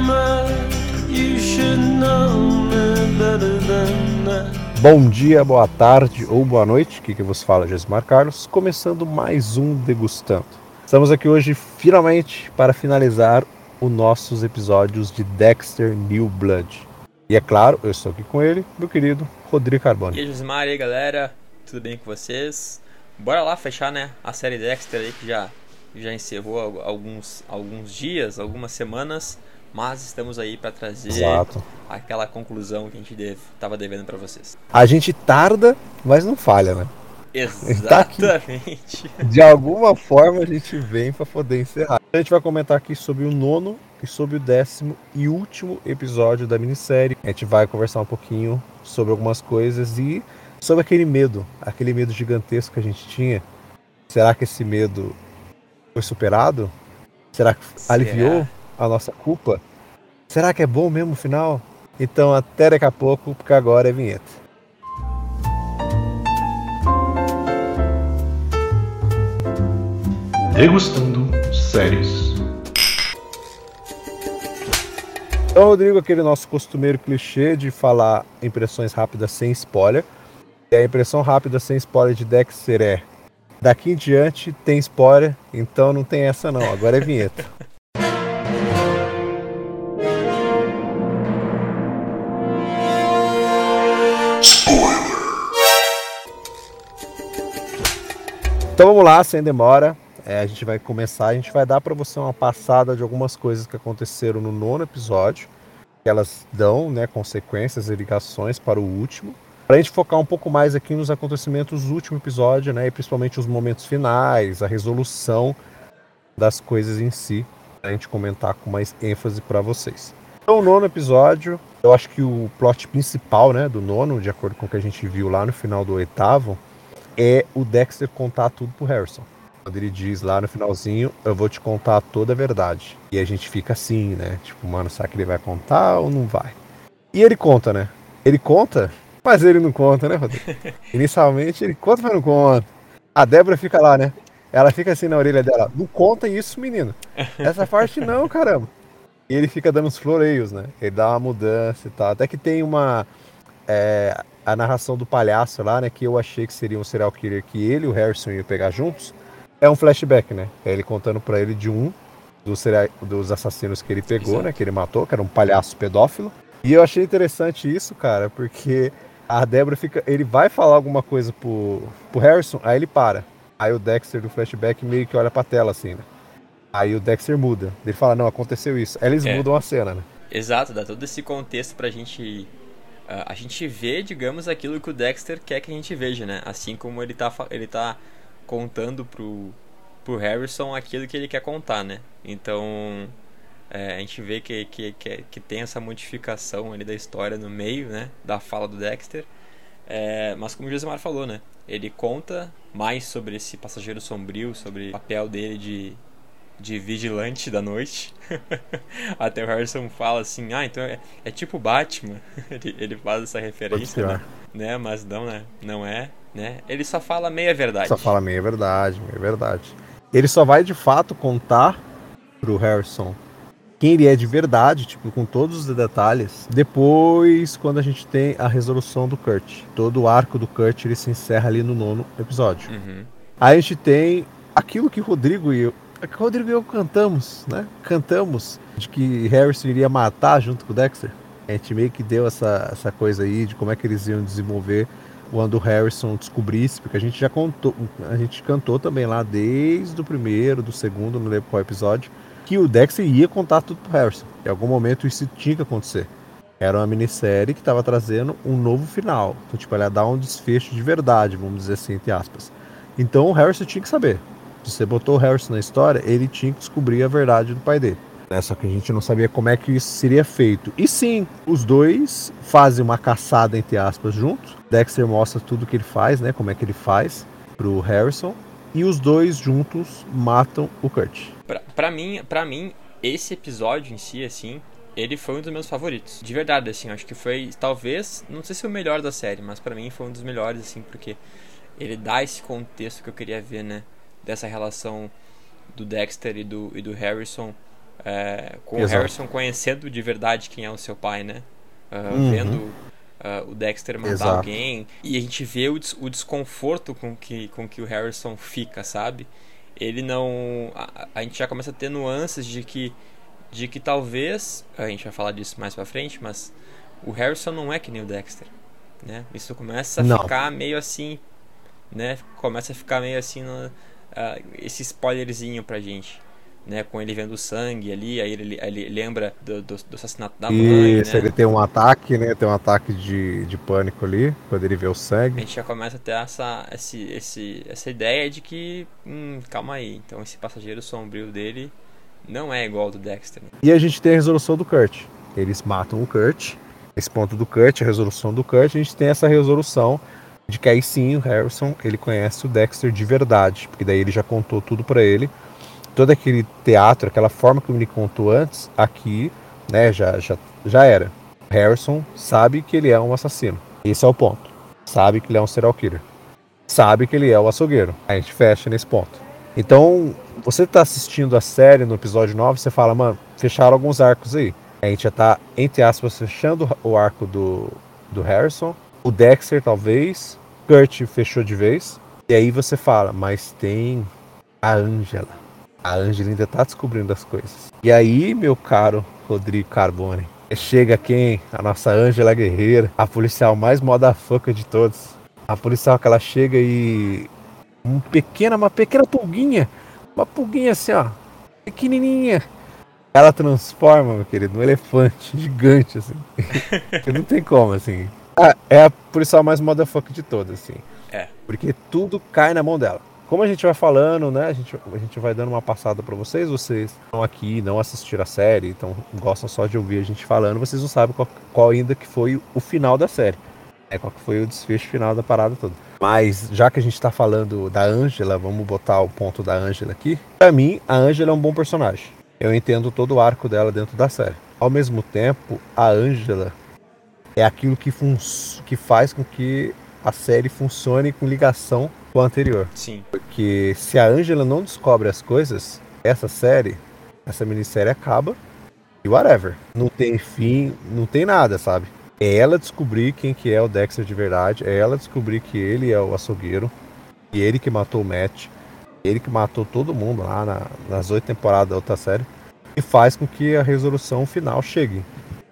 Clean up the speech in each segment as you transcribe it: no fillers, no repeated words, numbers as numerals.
Bom dia, boa tarde ou boa noite, aqui que vos fala Jesmar Carlos, começando mais um Degustando. Estamos aqui hoje finalmente para finalizar os nossos episódios de Dexter New Blood. E é claro, eu estou aqui com ele, meu querido Rodrigo Carbone. E aí, Jesmar, e aí galera, tudo bem com vocês? Bora lá fechar, né, a série Dexter aí que já encerrou alguns dias, algumas semanas, mas estamos aí para trazer aquela conclusão que a gente estava devendo para vocês. A gente tarda, mas não falha, né? Exatamente. Tá de alguma forma a gente vem para poder encerrar. A gente vai comentar aqui sobre o 9º e sobre o 10º e último episódio da minissérie. A gente vai conversar um pouquinho sobre algumas coisas e sobre aquele medo gigantesco que a gente tinha. Será que esse medo foi superado? Será que aliviou a nossa culpa? Será que é bom mesmo o final? Então até daqui a pouco, porque agora é vinheta. Degustando séries. Então, Rodrigo, aquele nosso costumeiro clichê de falar impressões rápidas sem spoiler. E a impressão rápida sem spoiler de Dexter é: daqui em diante tem spoiler, então não tem essa não, agora é vinheta. Então vamos lá, sem demora. A gente vai começar, a gente vai dar para você uma passada de algumas coisas que aconteceram no 9º episódio. Que elas dão, né, consequências e ligações para o último. Para a gente focar um pouco mais aqui nos acontecimentos do último episódio, né, e principalmente os momentos finais, a resolução das coisas em si. Para a gente comentar com mais ênfase para vocês. Então o 9º episódio, eu acho que o plot principal, né, do 9º, de acordo com o que a gente viu lá no final do 8º, é o Dexter contar tudo pro Harrison. Quando ele diz lá no finalzinho, eu vou te contar toda a verdade. E a gente fica assim, né? Tipo, mano, será que ele vai contar ou não vai? E ele conta, né? Ele conta, mas ele não conta, né, Rodrigo? Inicialmente ele conta, mas não conta. A Débora fica lá, né? Ela fica assim na orelha dela, não conta isso, menino. Essa parte não, caramba. E ele fica dando uns floreios, né? Ele dá uma mudança e tal. Até que tem uma... a narração do palhaço lá, né? Que eu achei que seria um serial killer que ele e o Harrison iam pegar juntos. É um flashback, né? É ele contando pra ele de um dos assassinos que ele pegou, Exato. Né? Que ele matou, que era um palhaço pedófilo. E eu achei interessante isso, cara, porque a Débora fica... Ele vai falar alguma coisa pro Harrison, aí ele para. Aí o Dexter do flashback meio que olha pra tela, assim, né? Aí o Dexter muda. Ele fala, não, aconteceu isso. Aí eles mudam a cena, né? Exato, dá todo esse contexto pra gente... a gente vê, digamos, aquilo que o Dexter quer que a gente veja, né? Assim como ele tá contando pro Harrison aquilo que ele quer contar, né? Então a gente vê que tem essa modificação ali da história no meio, né? Da fala do Dexter, mas como o Josemar falou, né? Ele conta mais sobre esse passageiro sombrio, sobre o papel dele de vigilante da noite. Até o Harrison fala assim, então é tipo Batman. ele faz essa referência, né? Mas não, né? Não é, né? Ele só fala meia verdade. Só fala meia verdade. Ele só vai de fato contar pro Harrison quem ele é de verdade, tipo, com todos os detalhes, depois quando a gente tem a resolução do Kurt. Todo o arco do Kurt ele se encerra ali no 9º episódio. Uhum. Aí a gente tem aquilo que Rodrigo e eu cantamos, né? Cantamos de que Harrison iria matar junto com o Dexter. A gente meio que deu essa coisa aí de como é que eles iam desenvolver quando o Harrison descobrisse, porque a gente já contou, a gente cantou também lá desde o primeiro, do segundo, não lembro qual episódio, que o Dexter ia contar tudo pro Harrison. Em algum momento isso tinha que acontecer. Era uma minissérie que estava trazendo um novo final. Então, tipo, ela ia dar um desfecho de verdade, vamos dizer assim, entre aspas. Então o Harrison tinha que saber. Se você botou o Harrison na história, ele tinha que descobrir a verdade do pai dele. Só que a gente não sabia como é que isso seria feito. E sim, os dois fazem uma caçada, entre aspas, juntos. Dexter mostra tudo que ele faz, né? Como é que ele faz pro Harrison. E os dois juntos matam o Kurt. Pra mim, esse episódio em si, assim, ele foi um dos meus favoritos. De verdade, assim, acho que foi, talvez, não sei se o melhor da série, mas pra mim foi um dos melhores, assim, porque ele dá esse contexto que eu queria ver, né? Dessa relação do Dexter e do Harrison com o Harrison conhecendo de verdade quem é o seu pai, né? Vendo o Dexter matar alguém, e a gente vê o desconforto com que o Harrison fica, sabe? Ele não... A gente já começa a ter nuances de que talvez, a gente vai falar disso mais pra frente, mas o Harrison não é que nem o Dexter, né? Isso começa a ficar meio assim, né? Começa a ficar meio assim esse spoilerzinho pra gente, né? Com ele vendo sangue ali, aí ele lembra do assassinato da mãe. Isso, né? Ele tem um ataque, né? Tem um ataque de pânico ali, quando ele vê o sangue. A gente já começa a ter essa ideia de que, calma aí, então esse passageiro sombrio dele não é igual ao do Dexter, né? E a gente tem a resolução do Kurt. Eles matam o Kurt. Esse ponto do Kurt, a resolução do Kurt, a gente tem essa resolução de que aí sim o Harrison, ele conhece o Dexter de verdade, porque daí ele já contou tudo pra ele. Todo aquele teatro, aquela forma que ele contou antes, aqui, né, já era. O Harrison sabe que ele é um assassino. Esse é o ponto. Sabe que ele é um serial killer. Sabe que ele é o açougueiro. A gente fecha nesse ponto. Então, você tá assistindo a série no episódio 9, você fala, mano, fecharam alguns arcos aí. A gente já tá, entre aspas, fechando o arco do Harrison. O Dexter, talvez. Kurt fechou de vez. E aí você fala, mas tem a Angela. A Angela ainda tá descobrindo as coisas. E aí, meu caro Rodrigo Carbone, chega quem? A nossa Angela Guerreira, a policial mais motherfucker de todos. A policial que ela chega e... uma pequena pulguinha. Uma pulguinha assim, ó. Pequenininha. Ela transforma, meu querido, num elefante gigante, assim. Que não tem como, assim. É a policial mais motherfucker de todas, assim. Porque tudo cai na mão dela. Como a gente vai falando, né? A gente vai dando uma passada pra vocês. Vocês estão aqui, não assistiram a série, então gostam só de ouvir a gente falando. Vocês não sabem qual ainda que foi o final da série. Qual que foi o desfecho final da parada toda. Mas já que a gente tá falando da Angela, vamos botar o ponto da Angela aqui. Pra mim, a Angela é um bom personagem. Eu entendo todo o arco dela dentro da série. Ao mesmo tempo, a Angela é aquilo que faz com que a série funcione com ligação com a anterior. Sim. Porque se a Angela não descobre as coisas, essa minissérie acaba e whatever. Não tem fim, não tem nada, sabe? É ela descobrir quem que é o Dexter de verdade, é ela descobrir que ele é o açougueiro, e ele que matou o Matt, ele que matou todo mundo lá nas 8 temporadas da outra série, e faz com que a resolução final chegue.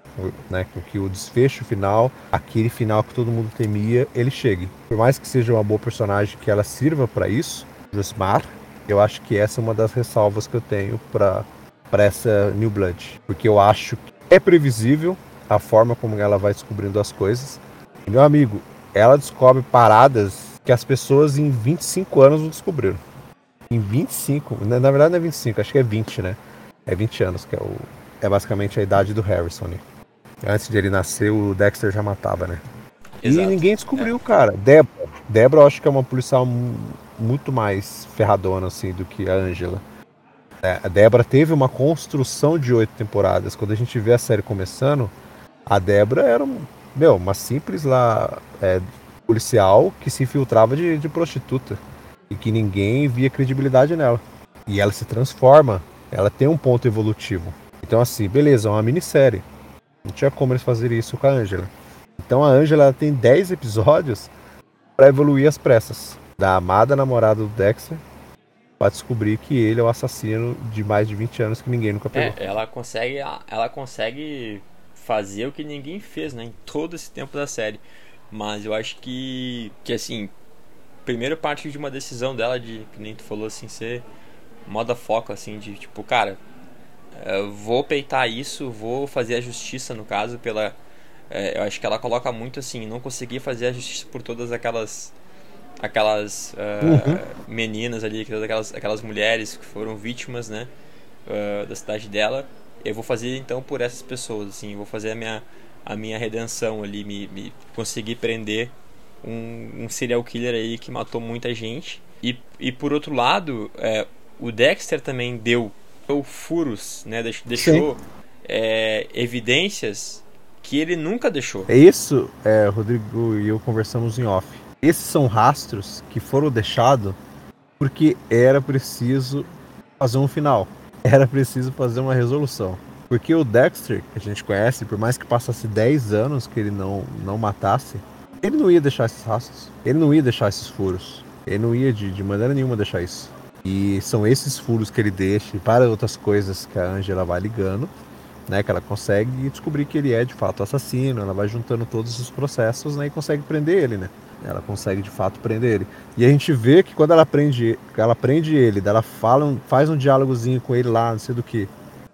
Né, com que o desfecho final, aquele final que todo mundo temia, ele chegue. Por mais que seja uma boa personagem, que ela sirva para isso, Josmar, eu acho que essa é uma das ressalvas que eu tenho para essa New Blood, porque eu acho que é previsível a forma como ela vai descobrindo as coisas. E, meu amigo, ela descobre paradas que as pessoas em 25 anos não descobriram. Em 25, na verdade não é 25, acho que é 20, né? É 20 anos, que é basicamente a idade do Harrison, né? Antes de ele nascer, o Dexter já matava, né? Exato. E ninguém descobriu, cara. Débora, eu acho que é uma policial muito mais ferradona, assim, do que a Angela. A Débora teve uma construção de 8 temporadas. Quando a gente vê a série começando, a Débora era uma simples policial que se infiltrava de prostituta. E que ninguém via credibilidade nela. E ela se transforma. Ela tem um ponto evolutivo. Então, assim, beleza, é uma minissérie. Não tinha como eles fazerem isso com a Angela. Então a Angela tem 10 episódios para evoluir às pressas. Da amada namorada do Dexter para descobrir que ele é o assassino de mais de 20 anos que ninguém nunca pegou. Ela consegue fazer o que ninguém fez, né, em todo esse tempo da série. Mas eu acho que assim, primeiro parte de uma decisão dela de, que nem tu falou, assim, ser moda foco, assim, de tipo, cara, eu vou peitar isso, vou fazer a justiça, no caso, pela... eu acho que ela coloca muito, assim, não conseguir fazer a justiça por todas aquelas meninas ali, aquelas mulheres que foram vítimas, né, da cidade dela. Eu vou fazer, então, por essas pessoas, assim, vou fazer a minha redenção ali, me conseguir prender um serial killer aí que matou muita gente. E por outro lado, o Dexter também deu furos, né? Deixou evidências que ele nunca deixou. É isso, Rodrigo e eu conversamos em off. Esses são rastros que foram deixados porque era preciso fazer um final. era preciso fazer uma resolução. Porque o Dexter, que a gente conhece, por mais que passasse 10 anos que ele não matasse, ele não ia deixar esses rastros. Ele não ia deixar esses furos. Ele não ia de maneira nenhuma deixar isso. E são esses furos que ele deixa e para outras coisas que a Angela vai ligando, né, que ela consegue descobrir que ele é de fato assassino. Ela vai juntando todos os processos, né, e consegue prender ele, né? Ela consegue de fato prender ele. E a gente vê que quando ela prende ele, ela faz um diálogozinho com ele lá, não sei do que.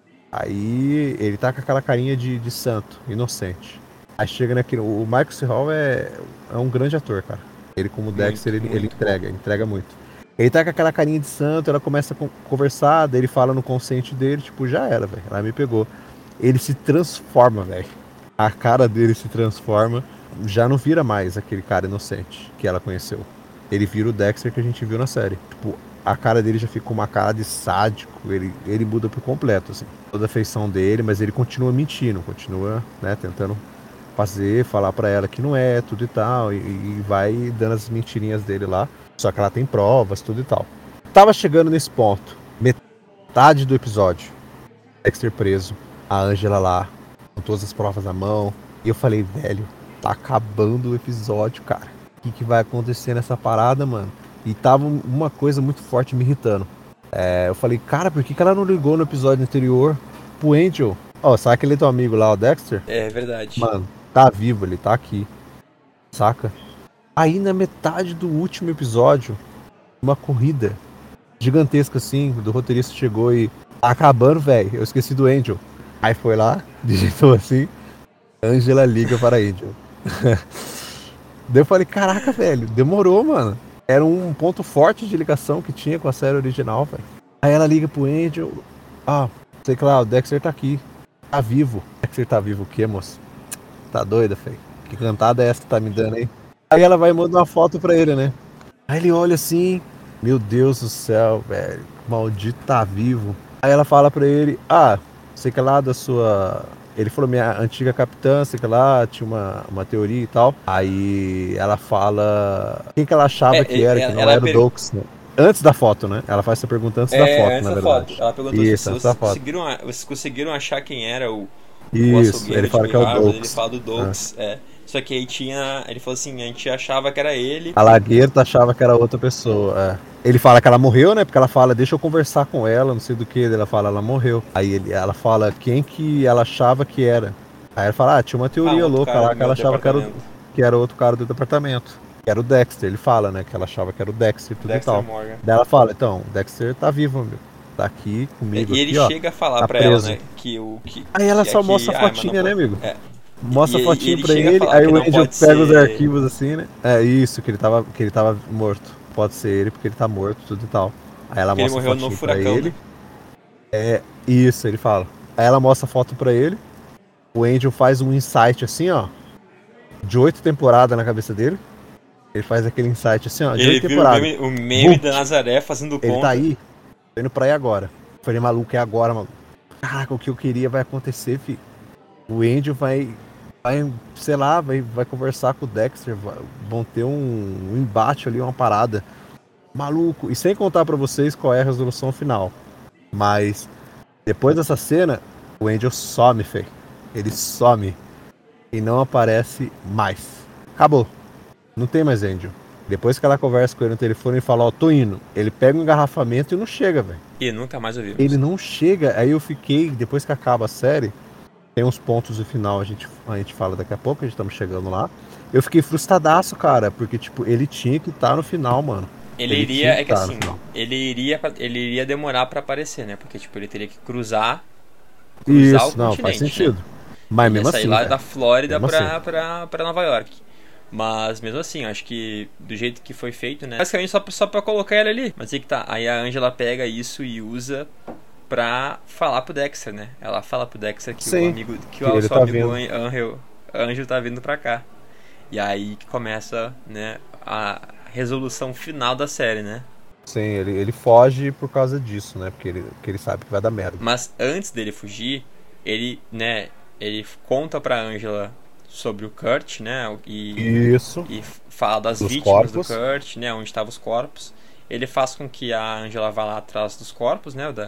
Aí ele tá com aquela carinha de santo, inocente. Aí chega naquele. O Michael C. Hall é um grande ator, cara. Ele, como Dexter, ele entrega muito. Ele tá com aquela carinha de santo, ela começa a conversar, daí ele fala no consciente dele, tipo, já era, velho. Ela me pegou. Ele se transforma, velho. A cara dele se transforma. Já não vira mais aquele cara inocente que ela conheceu. Ele vira o Dexter que a gente viu na série. Tipo, a cara dele já fica com uma cara de sádico. Ele muda por completo, assim. Toda a feição dele, mas ele continua mentindo, continua, né, tentando falar pra ela que não é, tudo e tal. E vai dando as mentirinhas dele lá. Só que ela tem provas, tudo e tal. Tava chegando nesse ponto. Metade do episódio. Dexter preso. A Angela lá, com todas as provas na mão. E eu falei, velho, tá acabando o episódio, cara. O que vai acontecer nessa parada, mano? E tava uma coisa muito forte me irritando. Eu falei, cara, por que ela não ligou no episódio anterior pro Angel? Ó, sabe aquele teu amigo lá, o Dexter? É verdade. Mano, tá vivo, ele tá aqui. Saca? Aí na metade do último episódio, uma corrida gigantesca assim, do roteirista chegou e tá acabando, velho. Eu esqueci do Angel. Aí foi lá, digitou assim, Angela liga para Angel. Daí eu falei, caraca, velho, demorou, mano. Era um ponto forte de ligação que tinha com a série original, velho. Aí ela liga pro Angel. Sei que lá, o Dexter tá aqui. Tá vivo. Dexter tá vivo o quê, moço? Tá doida, velho? Que cantada é essa que tá me dando aí? Aí ela vai mandar uma foto pra ele, né? Aí ele olha assim, meu Deus do céu, velho. Maldito tá vivo. Aí ela fala pra ele, sei que lá da sua... Ele falou, minha antiga capitã, sei que lá, tinha uma teoria e tal. Aí ela fala quem que ela achava que era, que não era o Dox, né? Antes da foto, né? Ela faz essa pergunta antes da foto, na verdade. Foto. Ela perguntou isso, se vocês conseguiram achar quem era o isso, ele fala que é o Dox. Ele fala do Dox, Só que aí ele falou assim, a gente achava que era ele. A Laguerta achava que era outra pessoa, Ele fala que ela morreu, né? Porque ela fala, deixa eu conversar com ela, não sei do que. Ela fala, ela morreu. Aí ela fala quem que ela achava que era. Aí ela fala, tinha uma teoria louca lá que ela achava que era outro cara do departamento. Que era o Dexter. Ele fala, né? Que ela achava que era o Dexter e tudo Dexter e tal. Morgan. Daí ela fala, então, o Dexter tá vivo, meu. Tá aqui comigo. E ele aqui, chega a falar tá pra preso. ela, né? Que aí ela só mostra a fotinha, né, amigo? Mostra a fotinho pra ele, aí o Angel pega os arquivos assim, né? É isso, que ele tava morto. Pode ser ele, porque ele tá morto, tudo e tal. Aí ela mostra a fotinho pra ele. Né? Isso, ele fala. Aí ela mostra a foto pra ele. O Angel faz um insight assim, ó. De 8 temporadas na cabeça dele. Ele faz aquele insight assim, ó. De 8 temporadas. O meme da Nazaré fazendo conta. Ele tá aí, tô indo pra ir agora. Eu falei, maluco, é agora, maluco. Caraca, o que eu queria vai acontecer, filho. O Angel vai, sei lá, vai conversar com o Dexter, vão ter um embate ali, uma parada. Maluco. E sem contar pra vocês qual é a resolução final. Mas, depois dessa cena, o Angel some, feio. Ele some. E não aparece mais. Acabou. Não tem mais Angel. Depois que ela conversa com ele no telefone e fala, tô indo. Ele pega um engarrafamento e não chega, velho. E nunca mais ouviu. Ele não chega. Aí eu fiquei, depois que acaba a série... Tem uns pontos do final, a gente fala daqui a pouco, a gente estamos chegando lá. Eu fiquei frustradaço, cara, porque, tipo, ele tinha que estar no final, mano. Ele iria demorar pra aparecer, né? Porque, tipo, ele teria que cruzar isso, não, faz sentido. Né? Mas mesmo assim, sair lá da Flórida pra Nova York. Mas, mesmo assim, acho que do jeito que foi feito, né? Basicamente só pra colocar ele ali. Mas aí que tá, aí a Angela pega isso e usa... pra falar pro Dexter, né? Ela fala pro Dexter que sim, o amigo, que o seu amigo Angel tá vindo pra cá. E aí que começa, né, a resolução final da série, né? Sim, ele foge por causa disso, né? Porque ele sabe que vai dar merda. Mas antes dele fugir, ele conta pra Angela sobre o Kurt, né? Isso. E fala das vítimas corpos do Kurt, né? Onde estavam os corpos. Ele faz com que a Angela vá lá atrás dos corpos, né?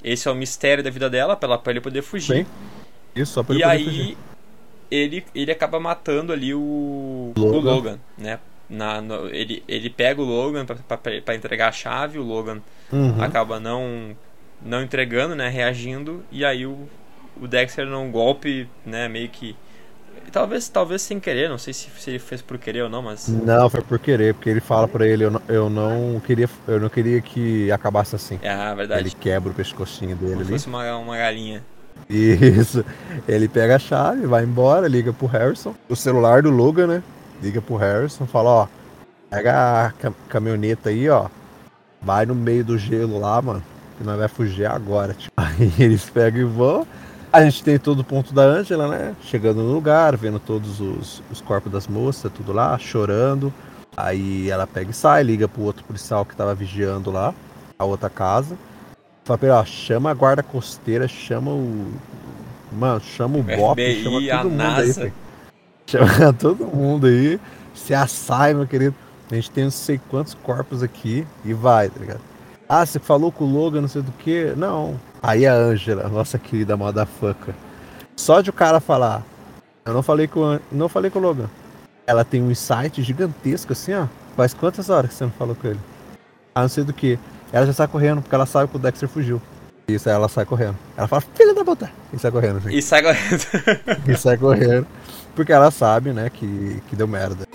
esse é o mistério da vida dela, pra ele poder fugir. Sim. Isso, só pra E ele poder aí fugir. ele acaba matando ali o Logan. Logan, né? Ele pega o Logan pra entregar a chave, o Logan acaba não entregando, né? Reagindo, e aí o Dexter num golpe, né? Meio que talvez sem querer, não sei se ele fez por querer ou não, mas Não, foi por querer, porque ele fala pra ele, eu não queria que acabasse assim. é a verdade. Ele quebra o pescocinho dele Como se ali. fosse uma galinha. Isso. Ele pega a chave, vai embora, liga pro Harrison. O celular do Logan, né? Liga pro Harrison, fala, ó, pega a caminhoneta aí, ó. Vai no meio do gelo lá, mano. Que nós vai fugir agora, tipo. Aí eles pegam e vão. A gente tem todo o ponto da Angela, né? Chegando no lugar, vendo todos os corpos das moças, tudo lá, chorando. Aí ela pega e sai, liga pro outro policial que tava vigiando lá, a outra casa. Fala pra ele, ó, chama a guarda costeira, chama o. Mano, chama o BOP, FBI, chama a todo mundo aí, NASA. filho. Chama todo mundo aí. Se assai, meu querido. A gente tem não sei quantos corpos aqui e vai, tá ligado? Ah, você falou com o Logan, não sei do que. Não. Aí a Angela, nossa querida motherfucker. Só de o cara falar, eu não falei com o Logan. Ela tem um insight gigantesco assim, ó. Faz quantas horas que você não falou com ele? Ah, não sei do que. Ela já sai correndo, porque ela sabe que o Dexter fugiu. Isso, aí ela sai correndo. Ela fala, filha da puta! E sai correndo, assim. E sai correndo. E sai correndo. Porque ela sabe, né, que deu merda.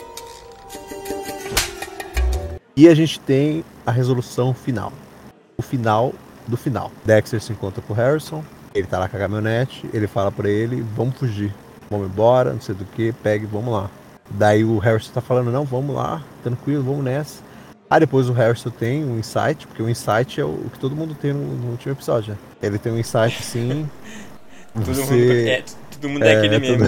E a gente tem a resolução final. O final do final. Dexter se encontra com o Harrison. Ele tá lá com a caminhonete. Ele fala pra ele, vamos fugir. Vamos embora, não sei do que, pega e vamos lá. Daí o Harrison tá falando, não, vamos lá, tranquilo, vamos nessa. Aí depois o Harrison tem um insight, porque o insight é o que todo mundo tem no último episódio, né? Ele tem um insight assim. Todo mundo é aquele mesmo.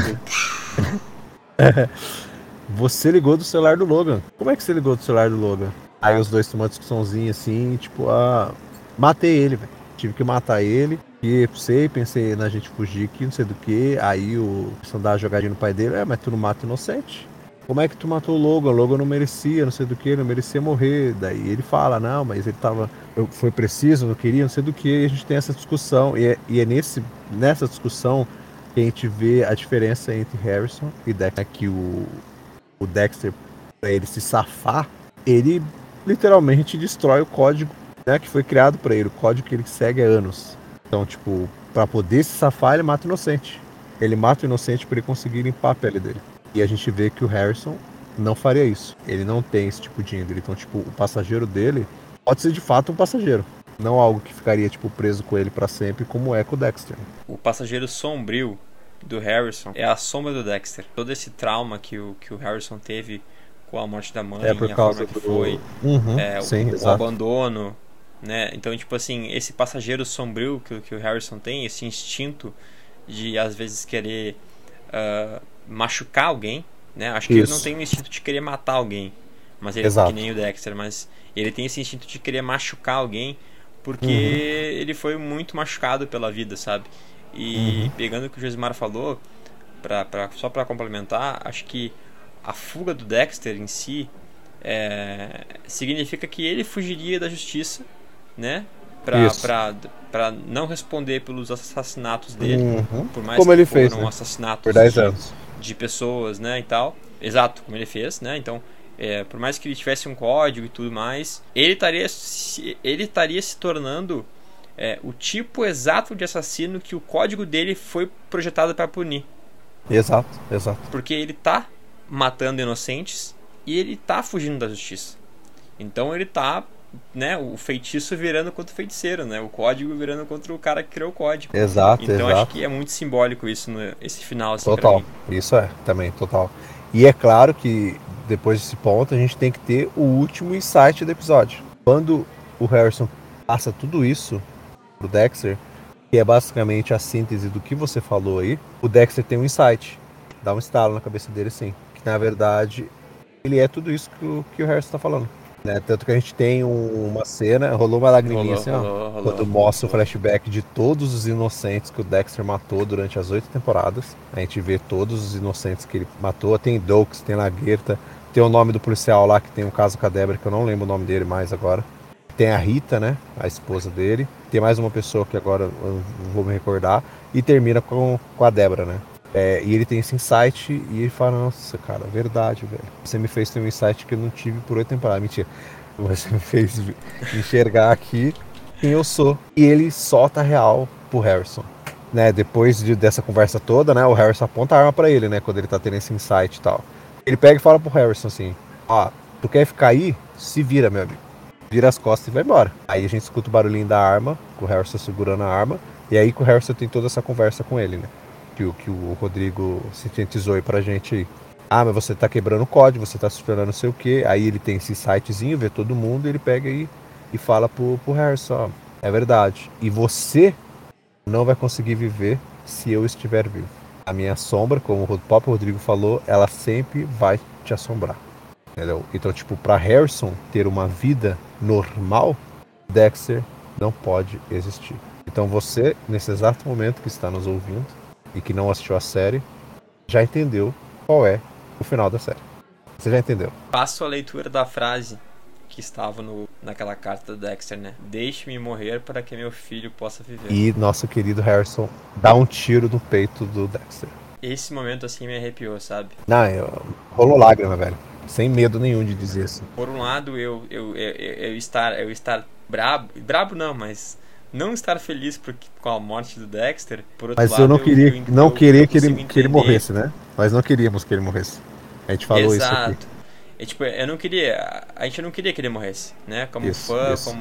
Você ligou do celular do Logan. Como é que você ligou do celular do Logan? Aí os dois tomam uma discussãozinha assim, tipo, matei ele, velho. Tive que matar ele. E pensei na gente fugir aqui, não sei do que. Aí o Harrison dá a jogadinha no pai dele, mas tu não mata inocente. Como é que tu matou o Logan? O Logan não merecia, não sei do que, não merecia morrer. Daí ele fala, não, mas ele tava. Foi preciso, não queria, não sei do que. E a gente tem essa discussão. E é nessa discussão que a gente vê a diferença entre Harrison e Dexter. Que o Dexter, pra ele se safar, ele literalmente destrói o código, né, que foi criado pra ele. O código que ele segue há anos. Então, tipo, pra poder se safar, ele mata o inocente. Ele mata o inocente pra ele conseguir limpar a pele dele. E a gente vê que o Harrison não faria isso. Ele não tem esse tipo de índole. Então, tipo, o passageiro dele pode ser de fato um passageiro. Não algo que ficaria, tipo, preso com ele pra sempre, como é com o Dexter. O passageiro sombrio do Harrison é a sombra do Dexter. Todo esse trauma que o Harrison teve com a morte da mãe, por a causa forma que foi, sim, o exato. abandono, né? Então, tipo assim, esse passageiro sombrio que o Harrison tem, esse instinto de, às vezes, querer machucar alguém, né? Acho que ele não tem o instinto de querer matar alguém, mas ele é que nem o Dexter, mas ele tem esse instinto de querer machucar alguém porque ele foi muito machucado pela vida, sabe? E pegando o que o Josimar falou, só pra complementar, acho que a fuga do Dexter em si significa que ele fugiria da justiça, né? Pra não responder pelos assassinatos dele, por mais como que ele foram fez, né? assassinatos por 10 anos. de pessoas, né, e tal. Exato, como ele fez, né? Então, por mais que ele tivesse um código e tudo mais, ele estaria se tornando o tipo exato de assassino que o código dele foi projetado para punir. Exato. Porque ele tá matando inocentes e ele tá fugindo da justiça. Então ele tá, né, o feitiço virando contra o feiticeiro, né? O código virando contra o cara que criou o código. Exato. Então acho que é muito simbólico isso, esse final, assim, total. Pra mim. Isso também, total. E é claro que depois desse ponto a gente tem que ter o último insight do episódio. Quando o Harrison passa tudo isso pro Dexter, que é basicamente a síntese do que você falou aí, o Dexter tem um insight, dá um estalo na cabeça dele, sim, que na verdade ele é tudo isso que o Harrison tá falando, né? Tanto que a gente tem uma cena, rolou uma lagriminha assim, ó, quando mostra o flashback de todos os inocentes que o Dexter matou durante as 8 temporadas. A gente vê todos os inocentes que ele matou, tem Dokes, tem Lagerta, tem o nome do policial lá que tem um caso com a Debra, que eu não lembro o nome dele mais agora. tem a Rita, né? A esposa dele. Tem mais uma pessoa que agora eu não vou me recordar. E termina com a Débora, né? E ele tem esse insight e ele fala, nossa, cara, verdade, velho. Você me fez ter um insight que eu não tive por 8 temporadas. Mentira. Você me fez enxergar aqui quem eu sou. E ele solta a real pro Harrison. Né, depois dessa conversa toda, né, o Harrison aponta a arma pra ele, né, quando ele tá tendo esse insight e tal. Ele pega e fala pro Harrison assim, tu quer ficar aí? Se vira, meu amigo. Vira as costas e vai embora. Aí a gente escuta o barulhinho da arma, com o Harrison segurando a arma, e aí que o Harrison tem toda essa conversa com ele, né, que o Rodrigo sintetizou aí pra gente aí. Mas você tá quebrando o código, você tá se tornando não sei o que. Aí ele tem esse insightzinho, vê todo mundo, e ele pega e fala pro Harrison, é verdade. E você não vai conseguir viver se eu estiver vivo. A minha sombra, como o próprio Rodrigo falou, ela sempre vai te assombrar. Entendeu? Então, tipo, pra Harrison ter uma vida normal, Dexter não pode existir. Então você, nesse exato momento que está nos ouvindo e que não assistiu a série, já entendeu qual é o final da série. Você já entendeu? Faço a leitura da frase que estava naquela carta do Dexter, né? Deixe-me morrer para que meu filho possa viver. E nosso querido Harrison dá um tiro no peito do Dexter. Esse momento assim me arrepiou, sabe? Não, rolou lágrima, velho. Sem medo nenhum de dizer assim. Por um lado, eu estar brabo não, mas não estar feliz com a morte do Dexter. Por outro mas lado, eu não queria que ele morresse, né? Mas não queríamos que ele morresse. A gente falou isso aqui. Tipo, a gente não queria que ele morresse, né? Como isso, fã, isso.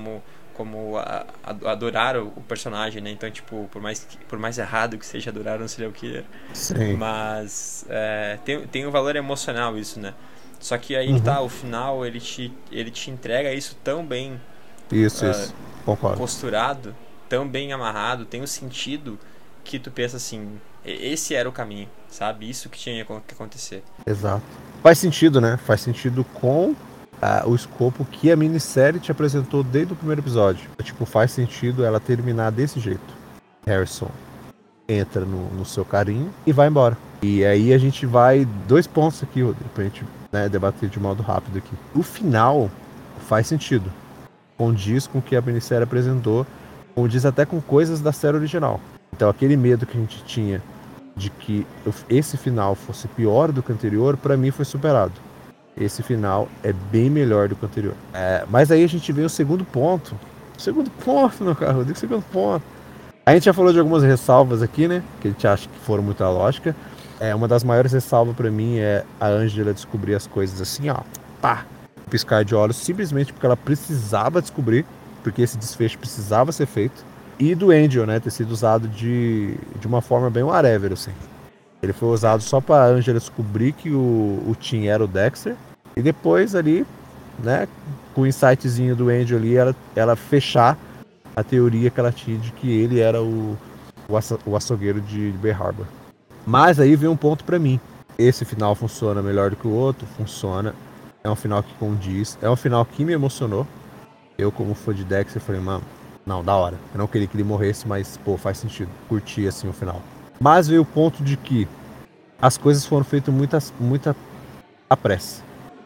como adorar o personagem, né? Então, tipo, por mais errado que seja adorar um serial killer, sim. Mas tem um valor emocional isso, né? Só que aí que tá, o final ele te entrega isso tão bem isso, concordo. Posturado, tão bem amarrado, tem um sentido que tu pensa assim, esse era o caminho, sabe? Isso que tinha que acontecer. Exato. Faz sentido, né? Faz sentido com o escopo que a minissérie te apresentou desde o primeiro episódio. Tipo, faz sentido ela terminar desse jeito. Harrison entra no seu carinho e vai embora. E aí a gente vai 2 pontos aqui, Rodrigo, pra gente, né, debater de modo rápido aqui. O final faz sentido. Condiz com o que a minissérie apresentou, condiz até com coisas da série original. Então aquele medo que a gente tinha de que esse final fosse pior do que o anterior, pra mim foi superado. Esse final é bem melhor do que o anterior. Mas aí a gente vê o segundo ponto. Segundo ponto, meu caro Rodrigo, segundo ponto. A gente já falou de algumas ressalvas aqui, né? Que a gente acha que foram muito lógica. Uma das maiores ressalvas pra mim é a Angela descobrir as coisas assim, ó. Pá! Piscar de olhos, simplesmente porque ela precisava descobrir, porque esse desfecho precisava ser feito. E do Angel, né, ter sido usado de uma forma bem whatever, assim. Ele foi usado só pra Angela descobrir que o Tim era o Dexter. E depois ali, né, com o insightzinho do Angel ali, ela fechar a teoria que ela tinha de que ele era o açougueiro de Bay Harbor. Mas aí vem um ponto pra mim. Esse final funciona melhor do que o outro? Funciona. É um final que condiz. É um final que me emocionou. Eu, como fã de Dexter, falei, mano, não, da hora. Eu não queria que ele morresse, mas, pô, faz sentido. Curti, assim, o final. Mas veio o ponto de que as coisas foram feitas muita à pressa.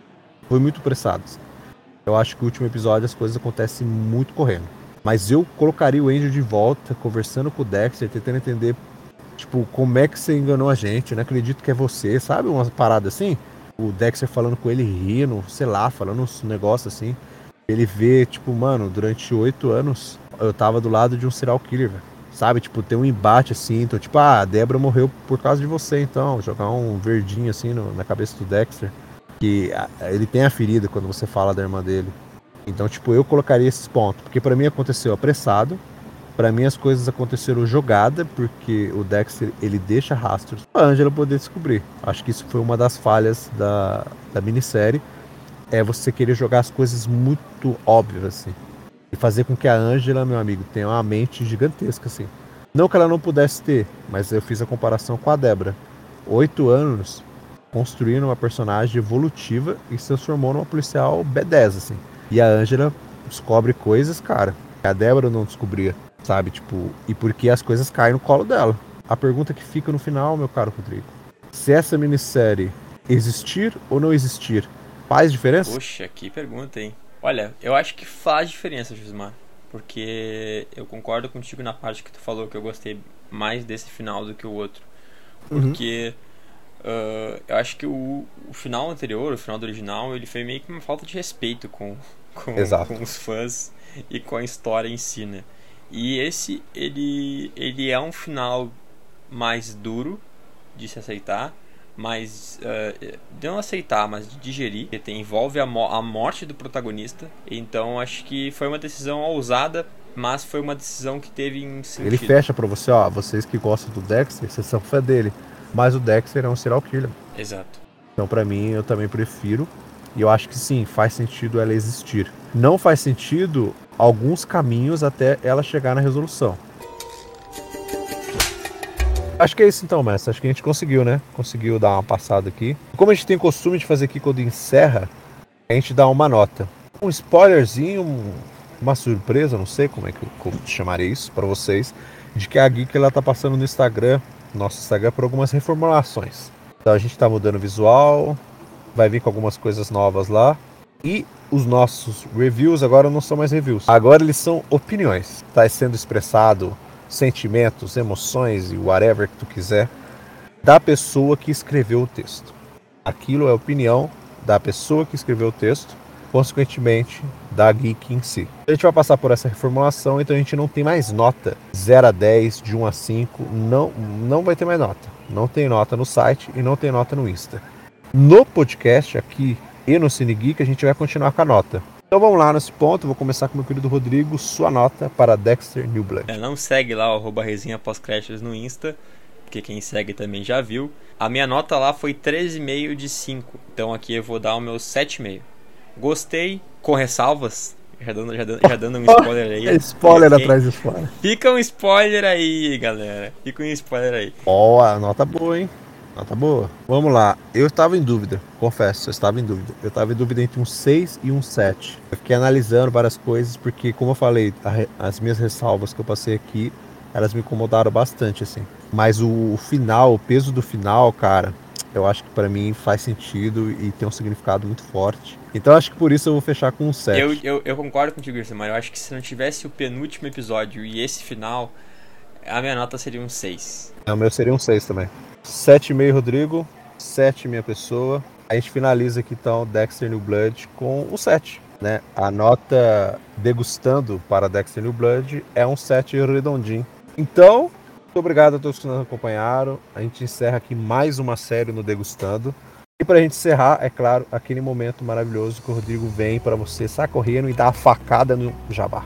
Foi muito pressado. Eu acho que no último episódio as coisas acontecem muito correndo. Mas eu colocaria o Angel de volta, conversando com o Dexter, tentando entender, tipo, como é que você enganou a gente. Eu não acredito que é você, sabe? Umas paradas assim. O Dexter falando com ele, rindo, sei lá, falando uns negócios assim. Ele vê, tipo, mano, durante 8 anos eu tava do lado de um serial killer, velho. Sabe, tipo, tem um embate assim, então, tipo, a Débora morreu por causa de você, então, jogar um verdinho assim na cabeça do Dexter, que ele tem a ferida quando você fala da irmã dele. Então, tipo, eu colocaria esses pontos, porque pra mim aconteceu apressado, pra mim as coisas aconteceram jogada, porque o Dexter, ele deixa rastros pra Angela poder descobrir. Acho que isso foi uma das falhas da minissérie, é você querer jogar as coisas muito óbvias, assim. E fazer com que a Angela, meu amigo, tenha uma mente gigantesca, assim. Não que ela não pudesse ter, mas eu fiz a comparação com a Débora. 8 anos construindo uma personagem evolutiva e se transformou numa policial B10, assim. E a Angela descobre coisas, cara, que a Débora não descobria, sabe? Tipo, e porque as coisas caem no colo dela. A pergunta que fica no final, meu caro Rodrigo, se essa minissérie existir ou não existir, faz diferença? Poxa, que pergunta, hein? Olha, eu acho que faz diferença, Josmar. Porque eu concordo contigo na parte que tu falou que eu gostei mais desse final do que o outro. Porque eu acho que o final anterior, o final do original, ele foi meio que uma falta de respeito com os fãs e com a história em si, né? E esse, ele é um final mais duro de se aceitar, mas de não aceitar, mas de digerir, porque envolve a morte do protagonista. Então acho que foi uma decisão ousada, mas foi uma decisão que teve um sentido. Ele fecha pra você, ó, vocês que gostam do Dexter, vocês são fã dele, mas o Dexter é um serial killer. Exato. Então pra mim, eu também prefiro, e eu acho que sim, faz sentido ela existir. Não faz sentido alguns caminhos até ela chegar na resolução. Acho que é isso então, mestre. Acho que a gente conseguiu, né? Conseguiu dar uma passada aqui. Como a gente tem costume de fazer aqui quando encerra, a gente dá uma nota. Um spoilerzinho, uma surpresa, não sei como é que eu chamaria isso pra vocês, de que a Geek ela tá passando no Instagram, nosso Instagram, por algumas reformulações. Então a gente tá mudando o visual, vai vir com algumas coisas novas lá. E os nossos reviews agora não são mais reviews. Agora eles são opiniões. Tá sendo expressado sentimentos, emoções e whatever que tu quiser da pessoa que escreveu o texto. Aquilo é a opinião da pessoa que escreveu o texto, consequentemente da Geek em si. A gente vai passar por essa reformulação, então a gente não tem mais nota 0 a 10, de 1 a 5, não vai ter mais nota. Não tem nota no site e não tem nota no Insta. No podcast aqui e no Cine Geek a gente vai continuar com a nota. Então vamos lá nesse ponto, vou começar com o meu querido Rodrigo, sua nota para Dexter New Blood. Não segue lá o @resenha pós-créditos no Insta, porque quem segue também já viu. A minha nota lá foi 3,5 de 5, então aqui eu vou dar o meu 7,5. Gostei, com ressalvas, já dando um spoiler aí. Spoiler atrás de spoiler. Fica um spoiler aí, galera, fica um spoiler aí. Ó, a nota boa, hein? Nota boa. Vamos lá. Eu estava em dúvida, confesso, eu estava em dúvida. Eu estava em dúvida entre um 6 e um 7. Eu fiquei analisando várias coisas, porque, como eu falei, as minhas ressalvas que eu passei aqui, elas me incomodaram bastante, assim. Mas o final, o peso do final, cara, eu acho que pra mim faz sentido e tem um significado muito forte. Então acho que por isso eu vou fechar com um 7. Eu concordo contigo, mas eu acho que se não tivesse o penúltimo episódio e esse final, a minha nota seria um 6. O meu seria um 6 também. 7,5 Rodrigo, 7 minha pessoa. A gente finaliza aqui então Dexter New Blood com um 7, né? A nota degustando para Dexter New Blood é um 7 redondinho. Então, muito obrigado a todos que nos acompanharam. A gente encerra aqui mais uma série no Degustando. E pra gente encerrar, é claro, aquele momento maravilhoso que o Rodrigo vem para você sair correndo e dar a facada no jabá.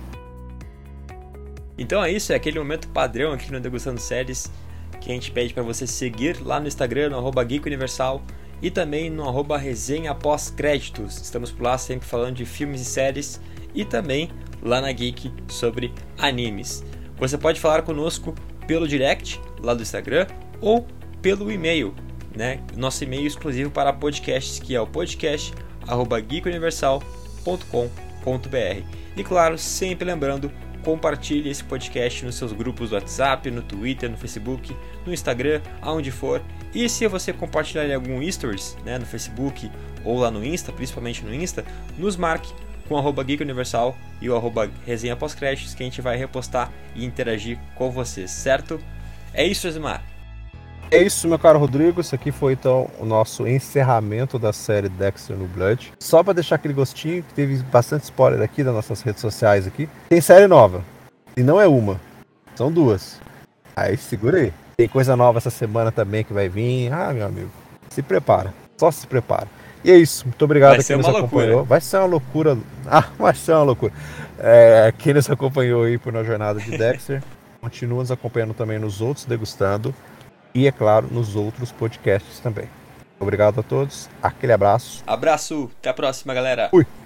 Então é isso, é aquele momento padrão aqui no Degustando Séries, que a gente pede para você seguir lá no Instagram, no @GeekUniversal e também no @resenha pós-créditos. Estamos por lá sempre falando de filmes e séries e também lá na Geek sobre animes. Você pode falar conosco pelo direct lá do Instagram ou pelo e-mail, né? Nosso e-mail exclusivo para podcasts, que é o podcast@geekuniversal.com.br. E claro, sempre lembrando, compartilhe esse podcast nos seus grupos do WhatsApp, no Twitter, no Facebook, no Instagram, aonde for. E se você compartilhar em algum stories, né, no Facebook ou lá no Insta, principalmente no Insta, nos marque com o @GeekUniversal e o @resenha pós-créditos, que a gente vai repostar e interagir com vocês, certo? É isso, Osmar. É isso, meu caro Rodrigo. Isso aqui foi então o nosso encerramento da série Dexter New Blood. Só para deixar aquele gostinho, que teve bastante spoiler aqui das nossas redes sociais aqui. Tem série nova. E não é uma, são duas. Aí segura aí. Tem coisa nova essa semana também que vai vir. Ah, meu amigo, se prepara. Só se prepara. E é isso. Muito obrigado a quem nos acompanhou. Vai ser uma loucura. Vai ser uma loucura. Quem nos acompanhou aí por uma jornada de Dexter. Continua nos acompanhando também nos outros Degustando. E, é claro, nos outros podcasts também. Obrigado a todos. Aquele abraço. Abraço. Até a próxima, galera. Fui.